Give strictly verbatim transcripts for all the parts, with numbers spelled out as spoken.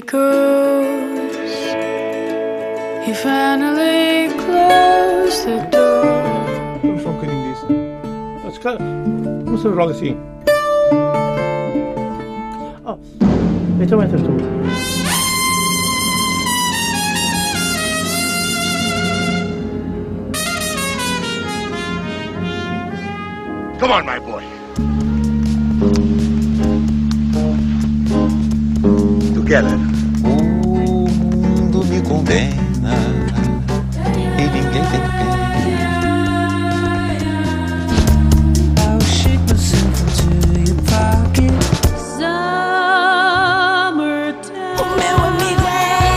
it goes. He finally closed the door. Vamos só um bocadinho disso. Acho que não se logo assim. Oh, então entras tu. Come on, my boy. Together. O mundo me condena e ninguém tem pena. I'll shake myself into your pocket. Summertime. O meu amigo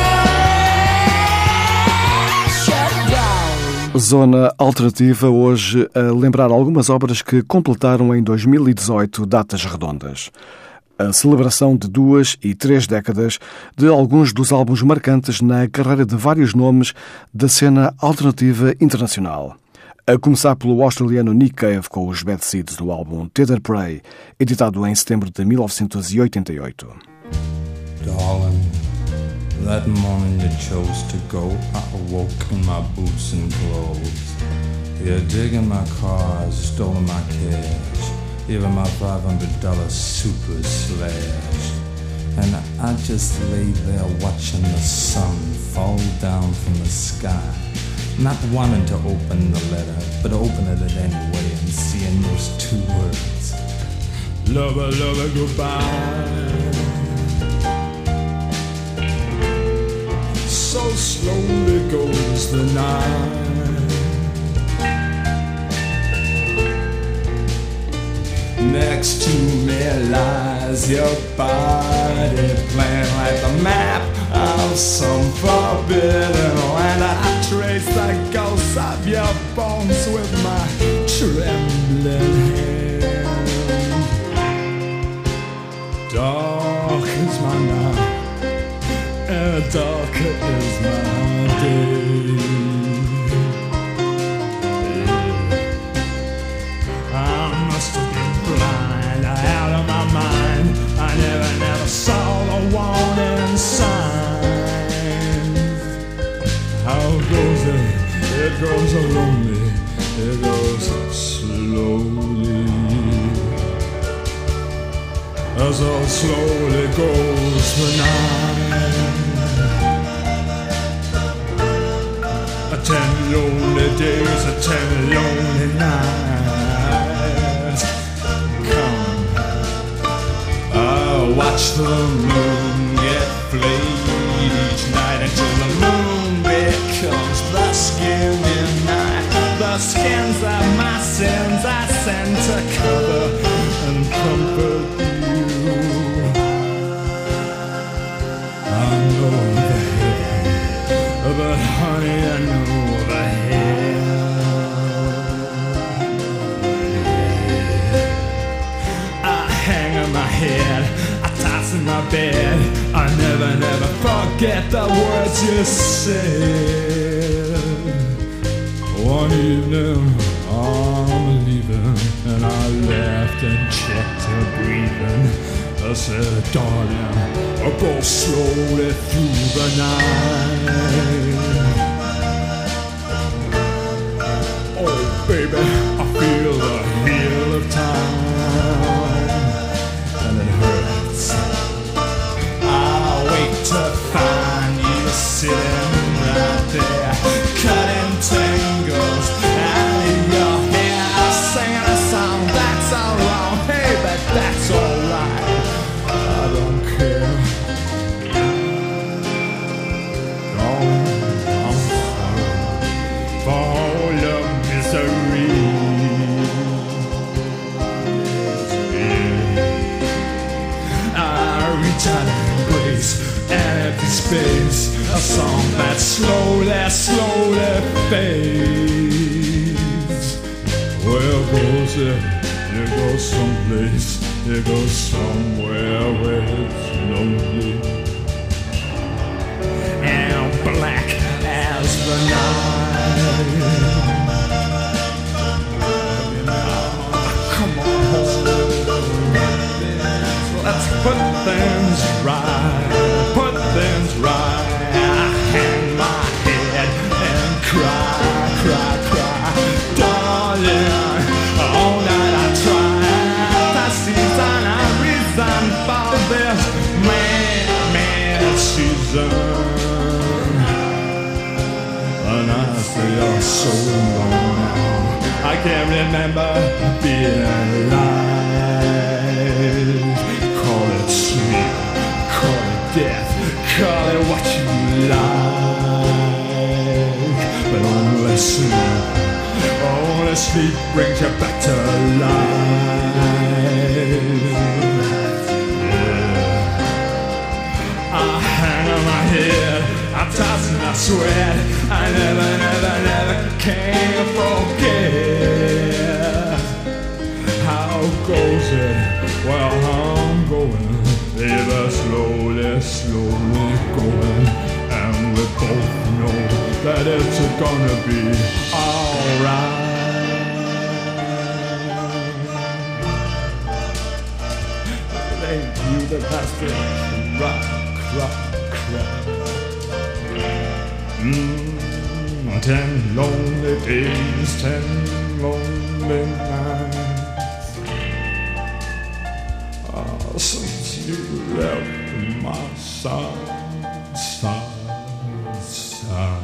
é Shutdown. Zona Alternativa, hoje a lembrar algumas obras que completaram em dois mil e dezoito datas redondas. A celebração de duas e três décadas de alguns dos álbuns marcantes na carreira de vários nomes da cena alternativa internacional. A começar pelo australiano Nick Cave com os Bad Seeds no álbum Tether Prey, editado em setembro de mil novecentos e oitenta e oito. Darling, that morning you chose to go, I awoke in my boots and clothes. You're digging my cars, stolen my cash, even my five hundred dollar super slash. And I just lay there watching the sun fall down from the sky, not wanting to open the letter, but open it anyway and seeing those two words, lover, lover, goodbye. So slowly goes the night. Next to me lies your body, playing like the map of some forbidden land. I trace the ghosts of your bones with my trembling hand. Dark is my night, and darker is my day. I must have been blind, out of my mind. I never, never saw the warning signs. How goes it? It goes lonely, it goes slowly. So slowly goes the night. A ten lonely days, a ten lonely nights. Come, I'll watch the moon get played each night until the moon becomes the skinny night. The skins of my sins I send to cover and comfort you. I know the heaven, but honey, I know the hell. I hang on my head, I toss in my bed. I never, never forget the words you said. One evening I'm leaving, and I laughed and checked her breathing. I said, darling, I'll go slowly through the night. Oh, baby, I feel the heel of time, and it hurts. I'll wait to find you sitting right there, cutting tangles out of your hair. I'm singing a song that's all wrong, hey, but that's alright. I don't care. Oh, I'm sorry for all your misery. Yeah. I reach out and embrace an empty space, a song that slowly, slowly fades. Where goes it? It goes someplace. It goes somewhere where it's lonely and black as the night. Come on home, let's put things right, put nothing's right. I hang my head and cry, cry, cry. Darling, all night I try. I season, I reason for this mad, mad season. And I say you're so long now, I can't remember being alive. Call it sleep, call it death, call it what you like. But only sleep, only sleep brings you back to life. Yeah. I hang on my head, I toss and I sweat. I never, never, never can forget. How goes it? Well, I'm going ever slowly, slowly going. And we both know that it's gonna be alright. It ain't you that has to rock, rock, rock. Mm, ten lonely days, ten lonely nights. Oh, since you left my side, side, side.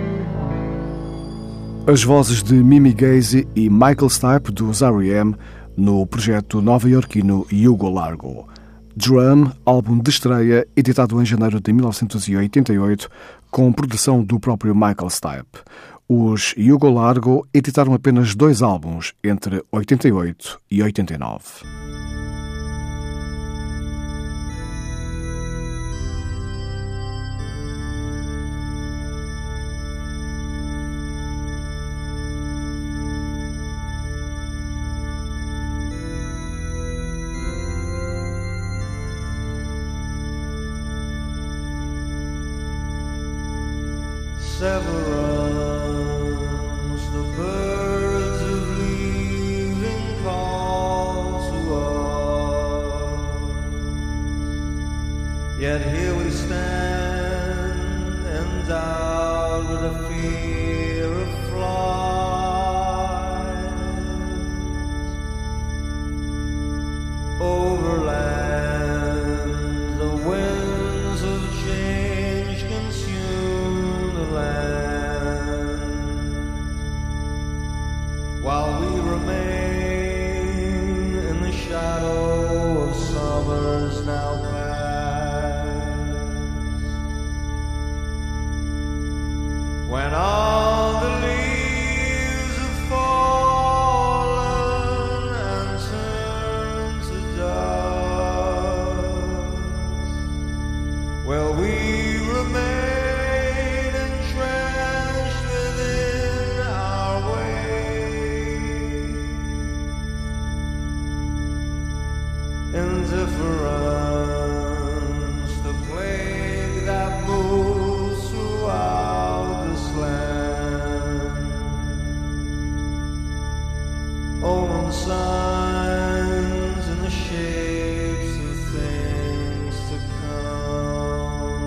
As vozes de Mimi Gaze e Michael Stipe, dos R E M, no projeto nova-iorquino Hugo Largo. Drum, álbum de estreia, editado em janeiro de mil novecentos e oitenta e oito, com produção do próprio Michael Stipe. Os Hugo Largo editaram apenas dois álbuns entre oitenta e oito e oitenta e nove. Severance, the birds of leaving call to us. Yet here we stand, endowed with a fear of flight. Overland, the winds of change consume the land, while we remain in the shadow of summers now past. When all the leaves have fallen and turned to dust, well, we remain entrenched within our ways. Indifference, the plague that moves throughout this land. Omen signs in the shapes of things to come.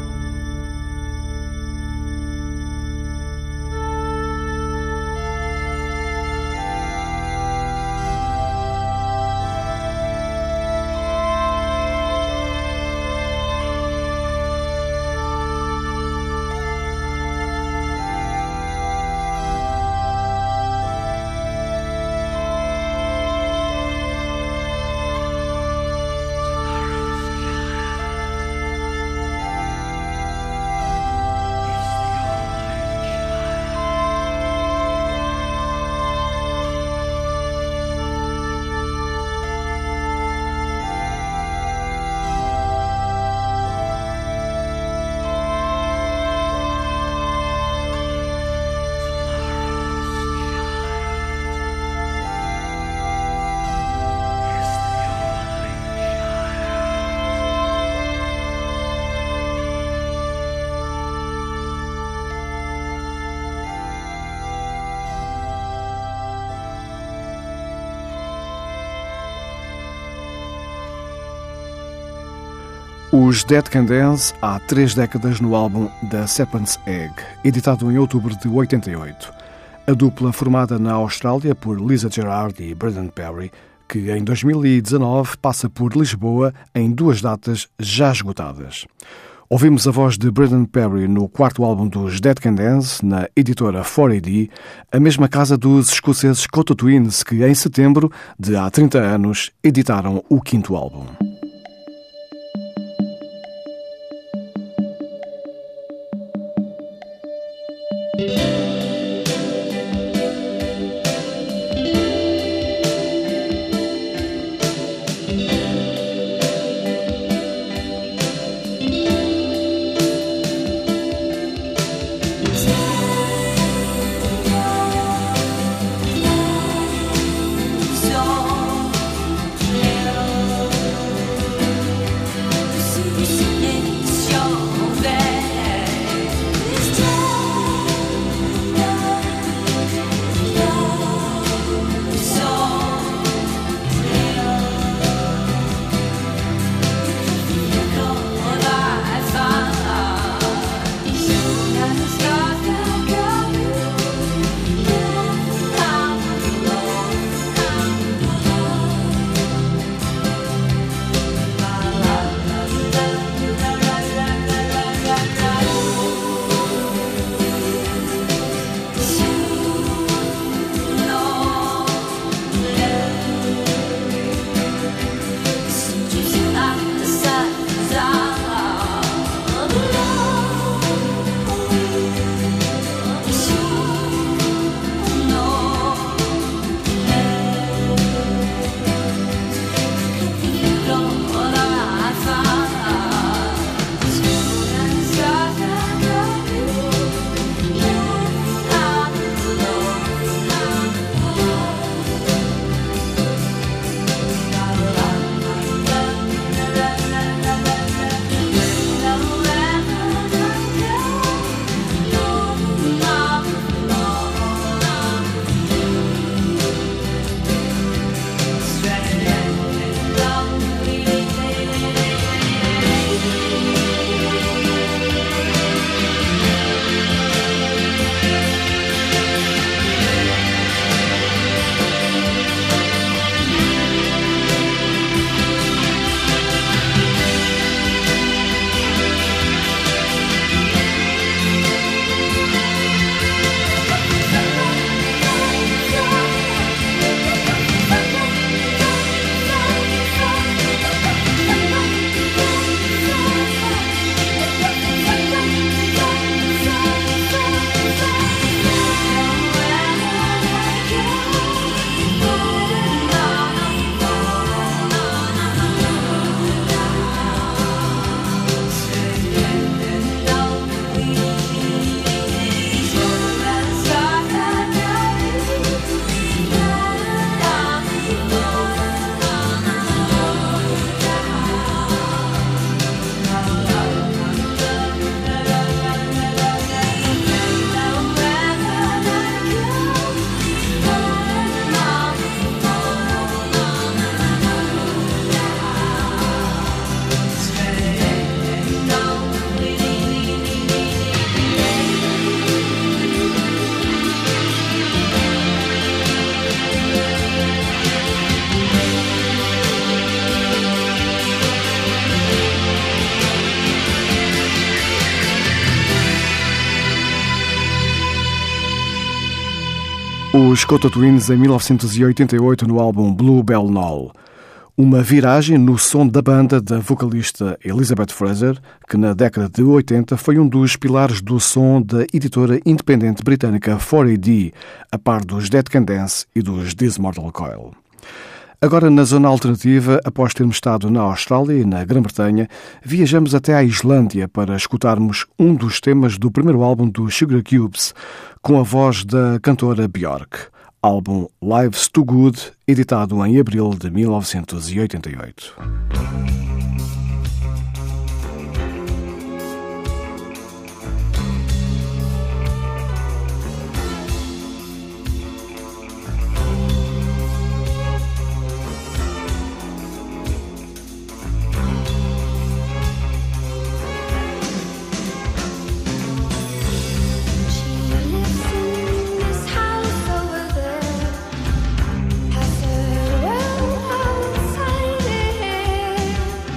Os Dead Can Dance há três décadas no álbum The Serpent's Egg, editado em outubro de oitenta e oito. A dupla formada na Austrália por Lisa Gerrard e Brendan Perry, que em dois mil e dezanove passa por Lisboa em duas datas já esgotadas. Ouvimos a voz de Brendan Perry no quarto álbum dos Dead Can Dance, na editora quatro A D, a mesma casa dos escoceses Cotto Twins, que em setembro de há trinta anos editaram o quinto álbum. So clear. Os Cocteau Twins em mil novecentos e oitenta e oito no álbum Bluebell Knoll. Uma viragem no som da banda da vocalista Elizabeth Fraser, que na década de oitenta foi um dos pilares do som da editora independente britânica quatro A D, a par dos Dead Can Dance e dos This Mortal Coil. Agora, na zona alternativa, após termos estado na Austrália e na Grã-Bretanha, viajamos até à Islândia para escutarmos um dos temas do primeiro álbum dos Sugar Cubes, com a voz da cantora Björk, álbum Life's Too Good, editado em abril de mil novecentos e oitenta e oito. Outside it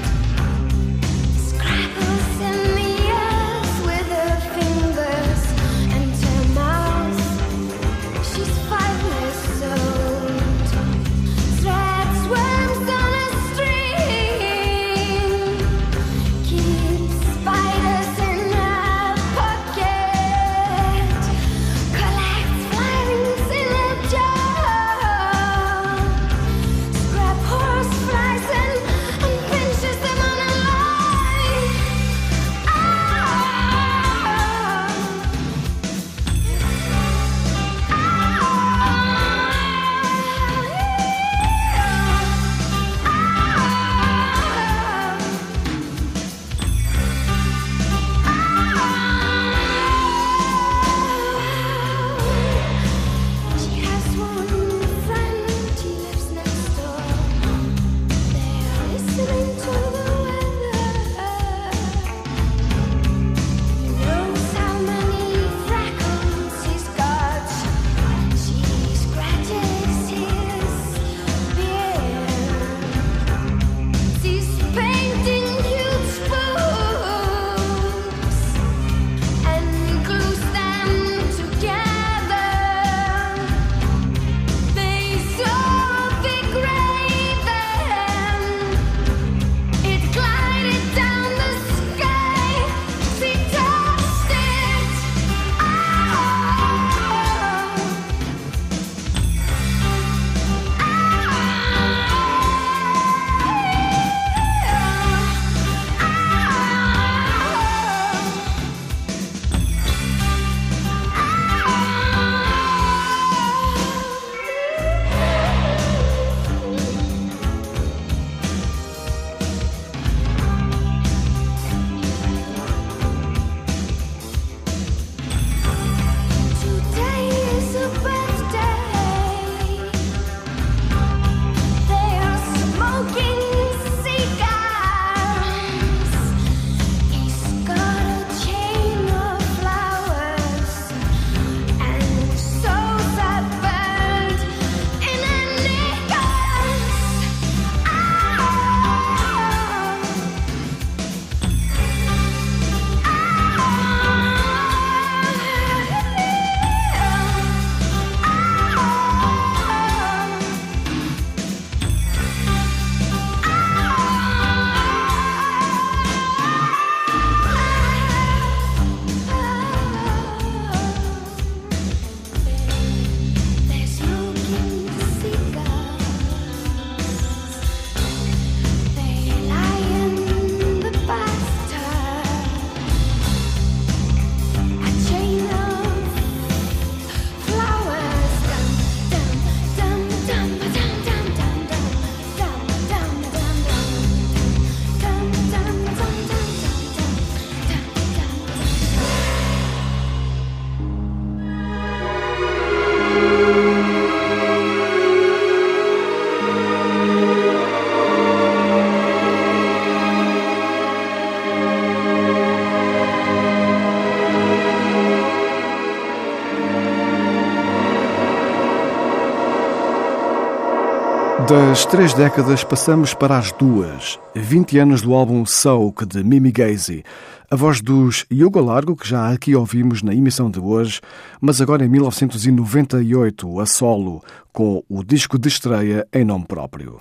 Das três décadas passamos para as duas. vinte anos do álbum Soak, de Mimi Gacy. A voz dos Hugo Largo, que já aqui ouvimos na emissão de hoje, mas agora em mil novecentos e noventa e oito, a solo, com o disco de estreia em nome próprio.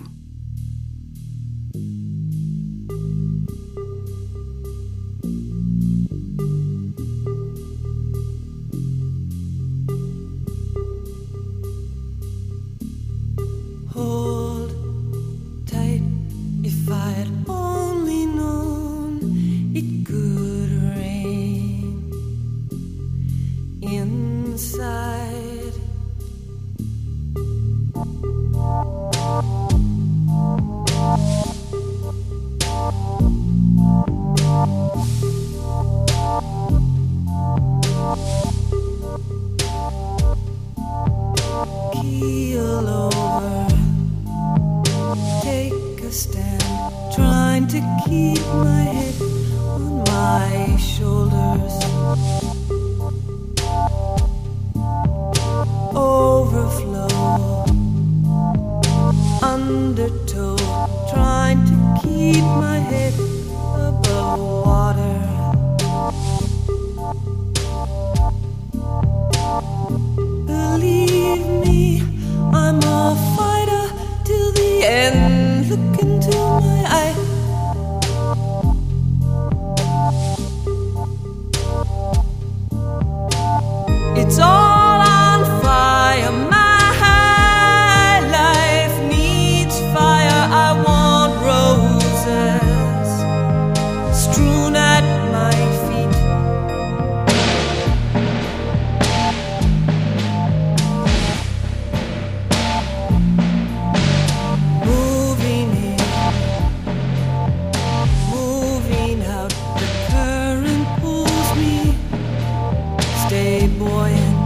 Hold tight, if I had only known it could rain inside. Keel over, take a stand, trying to keep my head on my shoulders. Overflow, undertow, trying to keep my head above water. Believe me, I'm a fighter till the end. Look into my eye. It's all on fire. My life needs fire. I want roses strewn at my feet. Moving in, moving out. The current pulls me. Stay buoyant.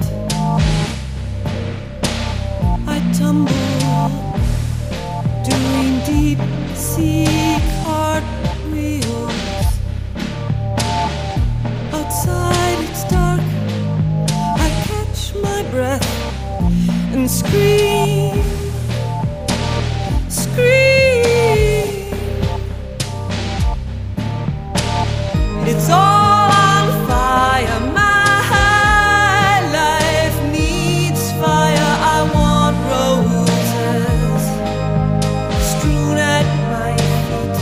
I tumble, doing deep sea cartwheels. Outside it's dark. I catch my breath and scream, scream. It's all on fire. My life needs fire. I want roses strewn at my feet.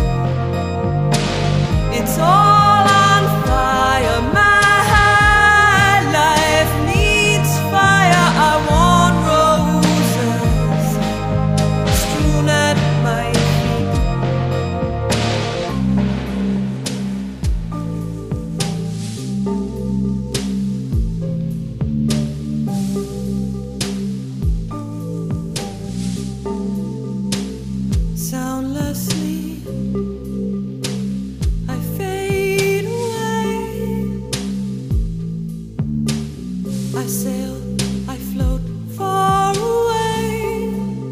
It's all on fire. My life needs fire. I want roses strewn at my feet. Soundlessly, I fade away. I sail, I float far away.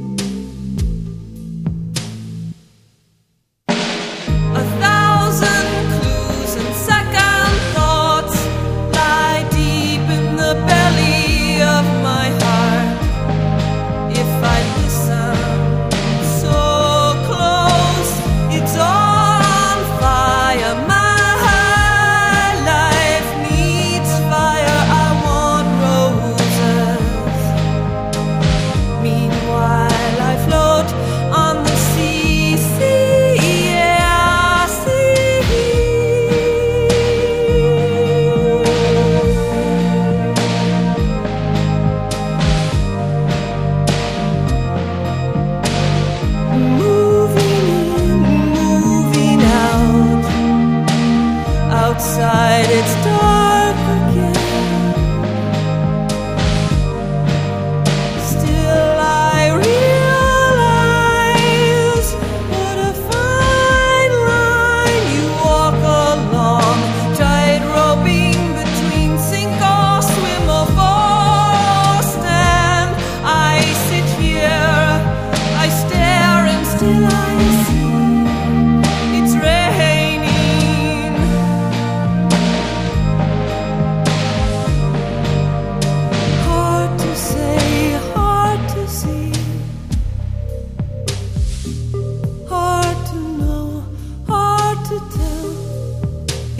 A thousand clues and second thoughts lie deep in the belly of my heart. If I listen so close, it's all on fire. My life needs fire. I want roses. Meanwhile, I float on the sea, sea, yeah, sea. Moving in, moving out. Outside it's dark again. Still I realize what a fine line you walk along, tight roping between sink or swim or fall or stand. I sit here, I stare, and still I see it's raining. Hard to say, hard to see.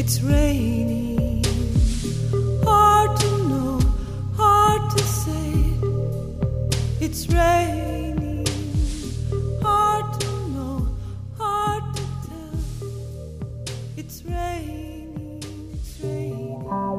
it's raining. Hard to know, hard to say. It's raining. Hard to know, hard to tell. It's raining, it's raining.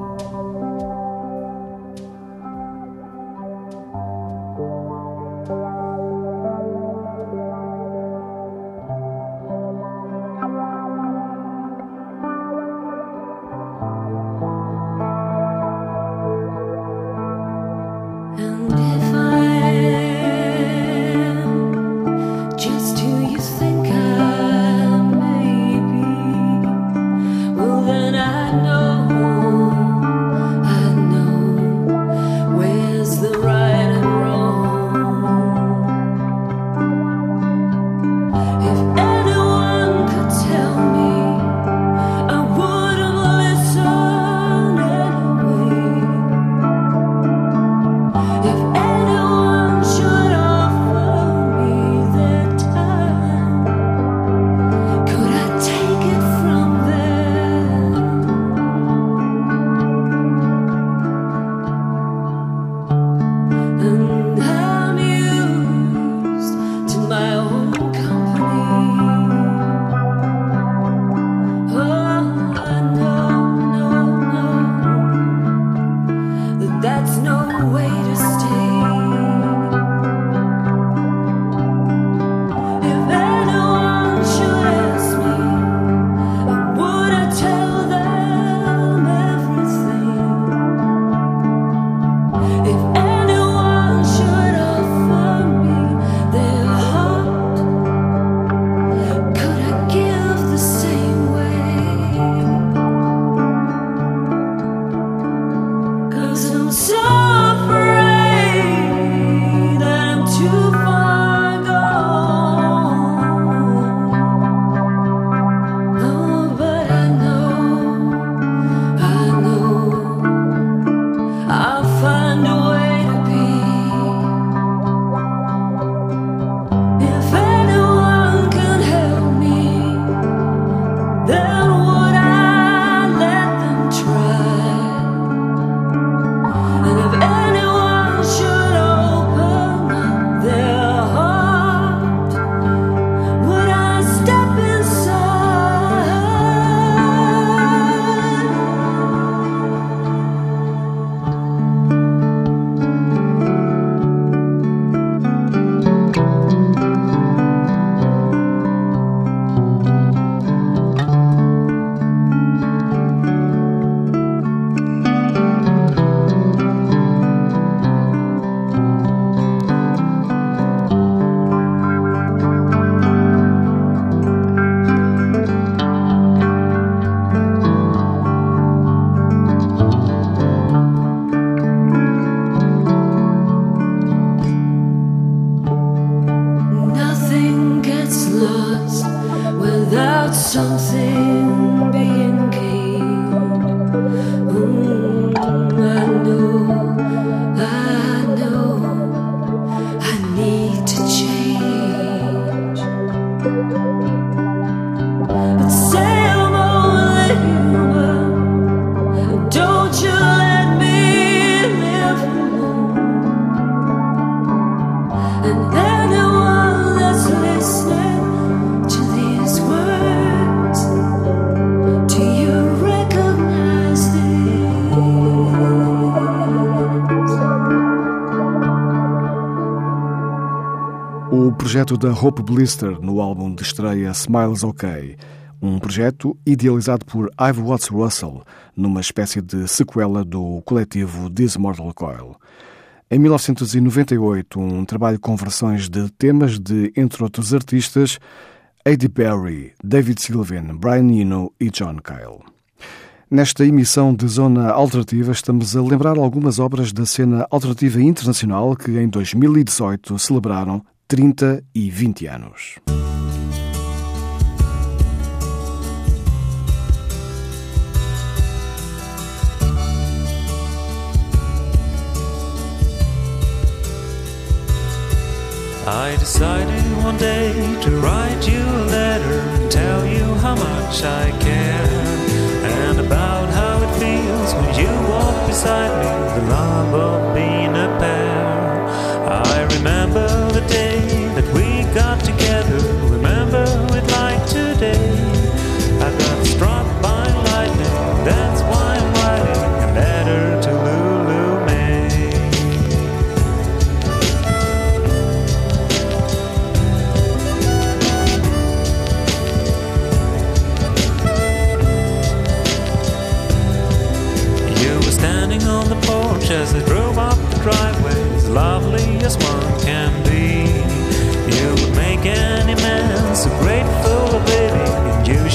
Something being gained. Mm, I know, I know, I need to change. But say I'm only human. Don't you let me live alone. And anyone that's listening to these words, do you recognize this? O projeto da Hope Blister no álbum de estreia Smiles OK, um projeto idealizado por Ive Watts Russell, numa espécie de sequela do coletivo This Mortal Coil. Em mil novecentos e noventa e oito, um trabalho com versões de temas de, entre outros artistas, Eddie Berry, David Sylvian, Brian Eno e John Cale. Nesta emissão de Zona Alternativa estamos a lembrar algumas obras da cena alternativa internacional que em dois mil e dezoito celebraram trinta e vinte anos. I decided one day to write you a letter and tell you how much I care. And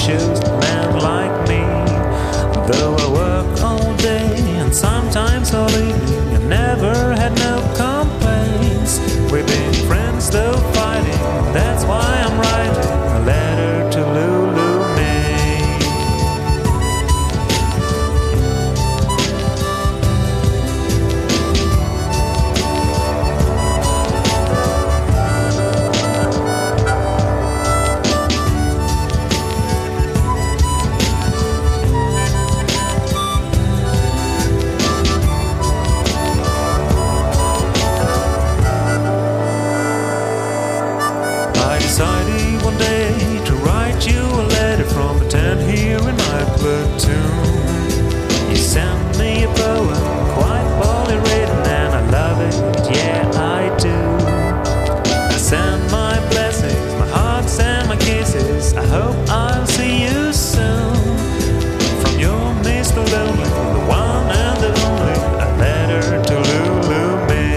choose a man like me. Though I work all day and sometimes all evening, I never had no complaints. We've been friends though fighting, that's why I'm writing a letter to Lulu May. I decided one day to write you a letter from a tent here in my platoon. You sent me a poem, quite poorly written, and I love it, yeah I do. I send my blessings, my hugs and my kisses, I hope I'll see you soon. From your Mister Lonely, the one and the only, a letter to Lulu May.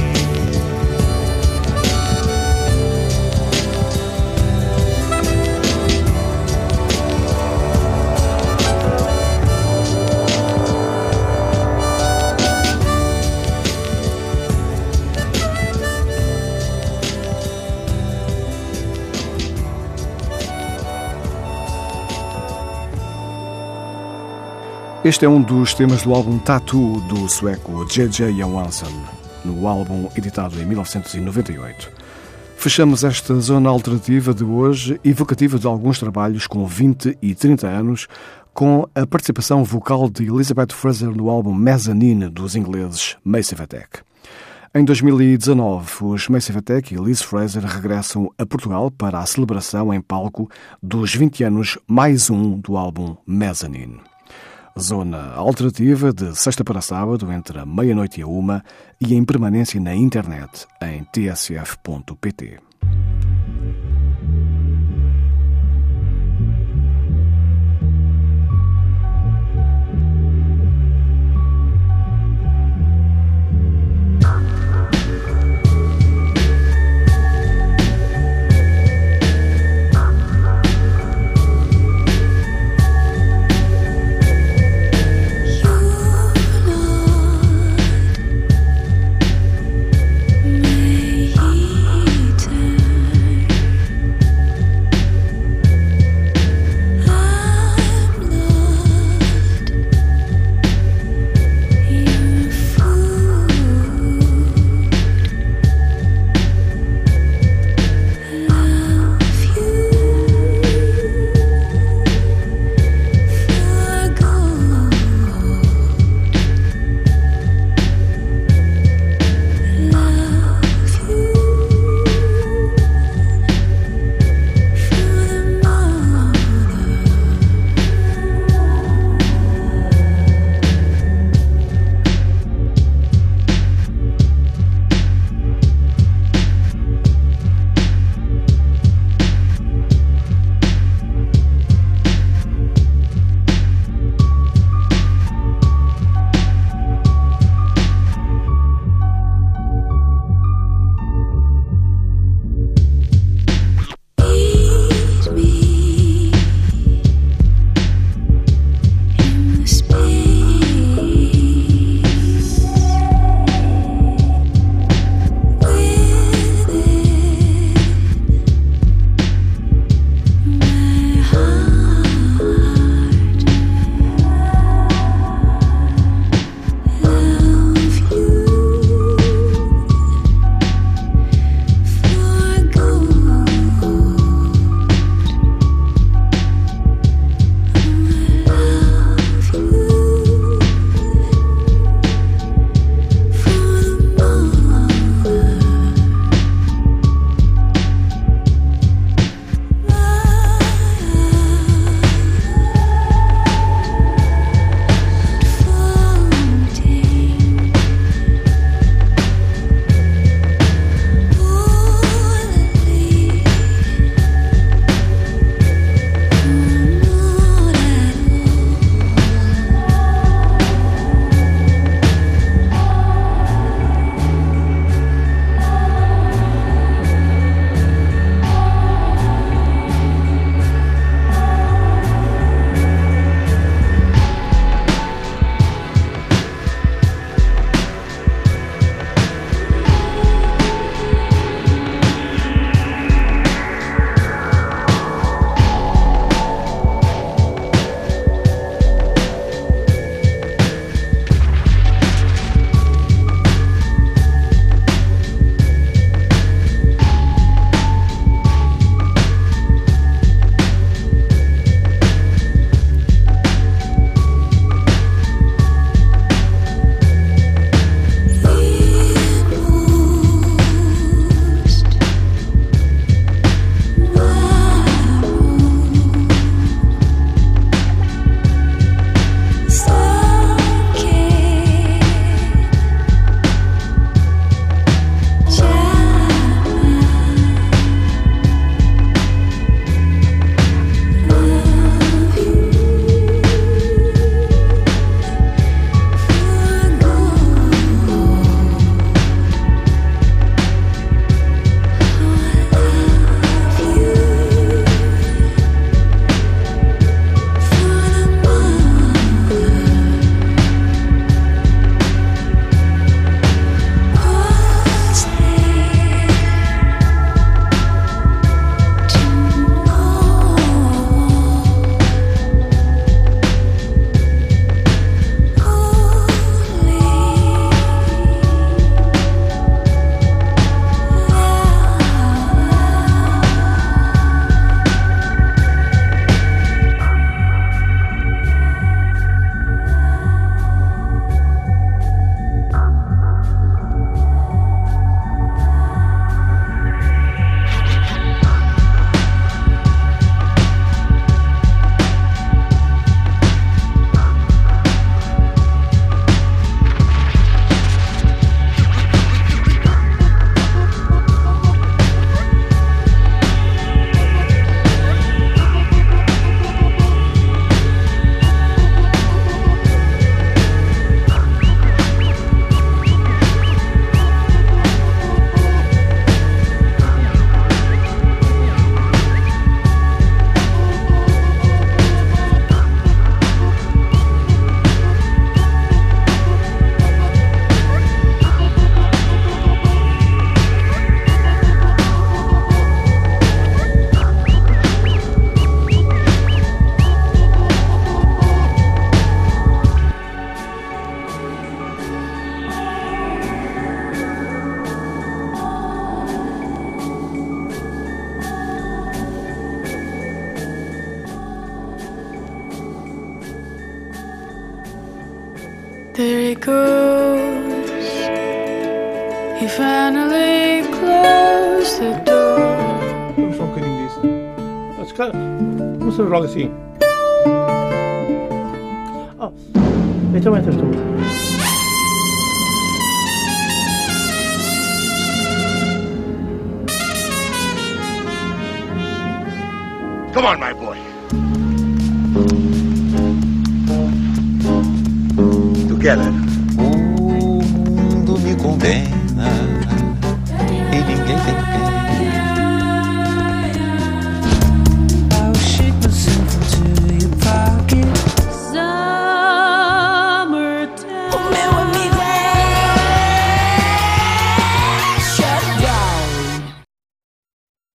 Este é um dos temas do álbum Tattoo do sueco J J Johansson, no álbum editado em mil novecentos e noventa e oito. Fechamos esta zona alternativa de hoje, evocativa de alguns trabalhos com vinte e trinta anos, com a participação vocal de Elizabeth Fraser no álbum Mezzanine dos ingleses Massive Attack. Em dois mil e dezanove, os Massive Attack e Liz Fraser regressam a Portugal para a celebração em palco dos vinte anos mais um do álbum Mezzanine. Zona alternativa de sexta para sábado, entre a meia-noite e a uma, e em permanência na internet em t s f ponto p t. May he take There he goes. He finally closed the door. Vamos só um bocadinho disso. Mas, cara, vamos fazer logo assim. Oh, então entras tu. Come on, my boy. Together. O mundo me condena.